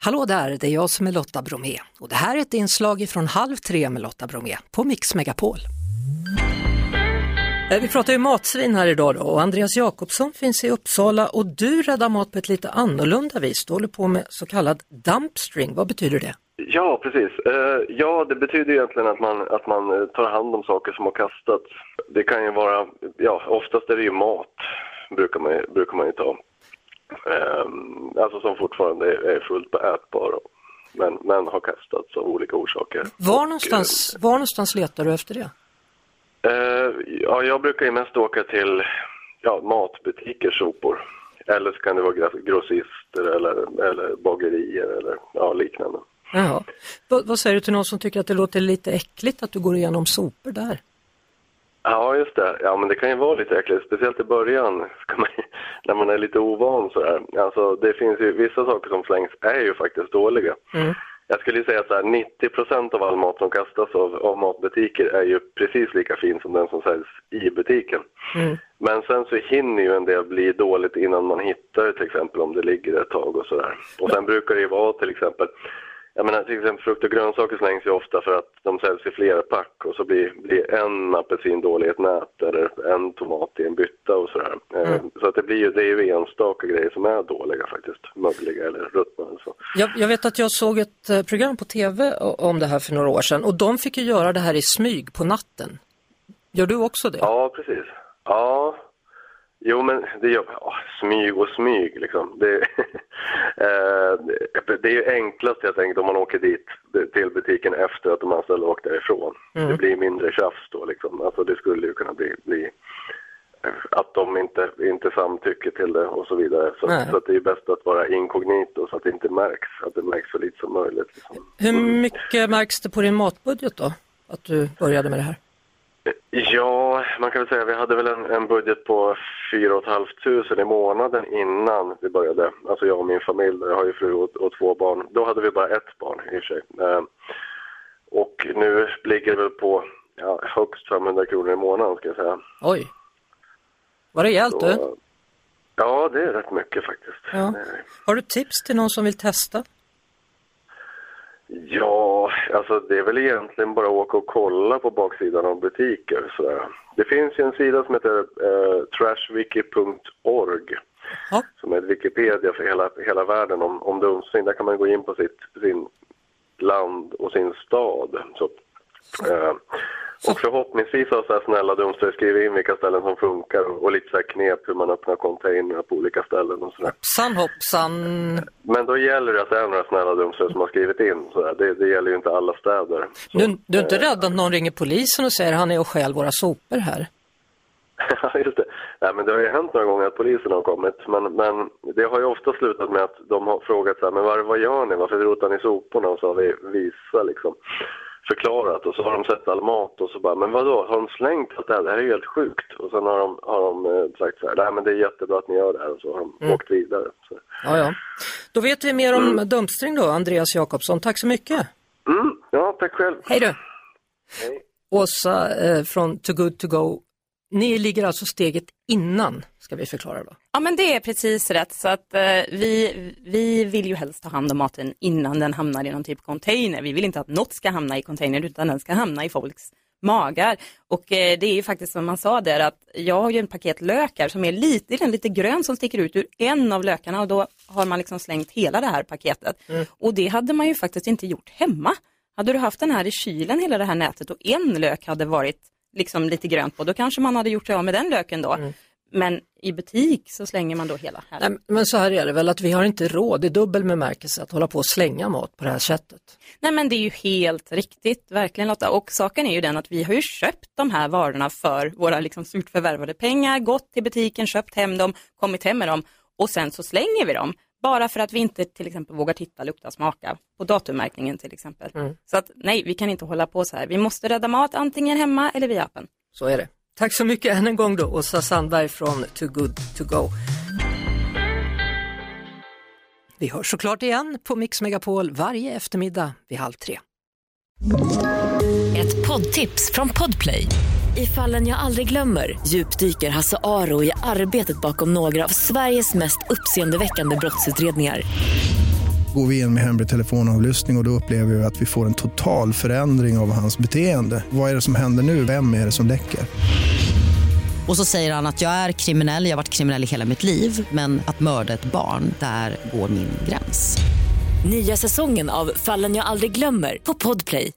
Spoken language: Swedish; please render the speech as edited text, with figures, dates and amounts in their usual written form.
Hallå där, det är jag som är Lotta Bromé och det här är ett inslag från 2:30 med Lotta Bromé på Mix Megapol. Vi pratar ju matsvin här idag då, och Andreas Jakobsson finns i Uppsala och du räddar mat på ett lite annorlunda vis. Du håller på med så kallad dumpstring. Vad betyder det? Ja, precis. Ja, det betyder egentligen att man tar hand om saker som har kastats. Det kan ju vara, oftast är det ju mat brukar man ju ta. Alltså som fortfarande är fullt ätbar men har kastats av olika orsaker. Var någonstans letar du efter det? Ja, jag brukar ju mest åka till matbutiker, sopor. Eller så kan det vara grossister eller bagerier eller liknande. Jaha. Vad säger du till någon som tycker att det låter lite äckligt att du går igenom sopor där? Ja, just det. Ja, men det kan ju vara lite äckligt. Speciellt i början när man är lite ovan sådär. Alltså, det finns ju vissa saker som slängs är ju faktiskt dåliga. Mm. Jag skulle säga att 90% av all mat som kastas av matbutiker är ju precis lika fin som den som säljs i butiken. Mm. Men sen så hinner ju en del bli dåligt innan man hittar till exempel om det ligger ett tag och sådär. Och sen brukar det ju vara till exempel frukt och grönsaker slängs ju ofta för att de säljs i flera pack och så blir en apelsin dålig i ett nät eller en tomat i en bytta och sådär. Så att det är ju enstaka grejer som är dåliga faktiskt, mögliga eller ruttna. Så. Jag vet att jag såg ett program på tv om det här för några år sedan och de fick ju göra det här i smyg på natten. Gör du också det? Ja, precis. Ja. Jo, men det gör smyg liksom. Det är ju enklast jag tänkte om man åker dit till butiken efter att de anställda åkt därifrån. Mm. Det blir mindre tjafs då liksom. Alltså det skulle ju kunna bli att de inte samtycker till det och så vidare. Så att det är bäst att vara inkognito så att det inte märks. Att det märks så lite som möjligt. Liksom. Hur mycket märks det på din matbudget då? Att du började med det här? Ja, man kan väl säga att vi hade väl en budget på 4 500 i månaden innan vi började. Alltså jag och min familj, jag har ju fru och 2 barn. Då hade vi bara 1 barn i och för sig. Och nu ligger det väl på högst 500 kronor i månaden ska jag säga. Oj, vad rejält du? Ja, det är rätt mycket faktiskt. Ja. Har du tips till någon som vill testa? Ja, alltså det är väl egentligen bara att åka och kolla på baksidan av butiker. Sådär. Det finns ju en sida som heter trashwiki.org som är ett Wikipedia för hela världen om dumpstring. Där kan man gå in på sin land och sin stad. Och förhoppningsvis har så här snälla dumpstrar skrivit in vilka ställen som funkar och lite så här knep hur man öppnar container på olika ställen och sådär. Hoppsan. Men då gäller det att det är några snälla dumpstrar som har skrivit in. Det gäller ju inte alla städer. Du är inte rädd att någon ringer polisen och säger han är och stjäl våra sopor här? Ja, just det. Nej, men det har ju hänt några gånger att polisen har kommit. Men det har ju ofta slutat med att de har frågat så här, men vad gör ni? Varför rotar ni soporna? Och så har vi visat liksom. Förklarat och så har de sett all mat och så bara, men vadå, har de slängt allt det här? Det här är ju helt sjukt. Och sen har de sagt så här, nej men det är jättebra att ni gör det här och så har de åkt vidare. Så. Ja. Då vet vi mer om dumpstring då, Andreas Jakobsson. Tack så mycket. Ja, tack själv. Hej då. Hej. Åsa från Too Good To Go. Ni ligger alltså steget innan, ska vi förklara då? Ja, men det är precis rätt. Så att vi vill ju helst ta hand om maten innan den hamnar i någon typ av container. Vi vill inte att något ska hamna i container utan den ska hamna i folks magar. Och det är ju faktiskt som man sa där att jag har ju en paket lökar som är lite grön som sticker ut ur en av lökarna och då har man liksom slängt hela det här paketet. Och det hade man ju faktiskt inte gjort hemma. Hade du haft den här i kylen hela det här nätet och en lök hade varit liksom lite grönt på, då kanske man hade gjort det av med den löken då. Men i butik så slänger man då hela här. Nej, men så här är det väl att vi har inte råd i dubbel bemärkelse att hålla på och slänga mat på det här sättet. Nej, men det är ju helt riktigt, verkligen Lotta. Och saken är ju den att vi har ju köpt de här varorna för våra liksom surt förvärvade pengar, gått till butiken, köpt hem dem, kommit hem med dem och sen så slänger vi dem. Bara för att vi inte till exempel vågar titta, lukta, smaka på datummärkningen till exempel. Så att nej, vi kan inte hålla på så här. Vi måste rädda mat antingen hemma eller via appen. Så är det. Tack så mycket än en gång då, Åsa Sandberg från Too Good To Go. Vi hörs såklart igen på Mix Megapol varje eftermiddag vid 2:30. Ett poddtips från Podplay. I Fallen jag aldrig glömmer djupdyker Hasse Aro i arbetet bakom några av Sveriges mest uppseendeväckande brottsutredningar. Går vi in med hemlig telefonavlyssning och då upplever vi att vi får en total förändring av hans beteende. Vad är det som händer nu? Vem är det som läcker? Och så säger han att jag är kriminell, jag har varit kriminell i hela mitt liv. Men att mörda ett barn, där går min gräns. Nya säsongen av Fallen jag aldrig glömmer på Podplay.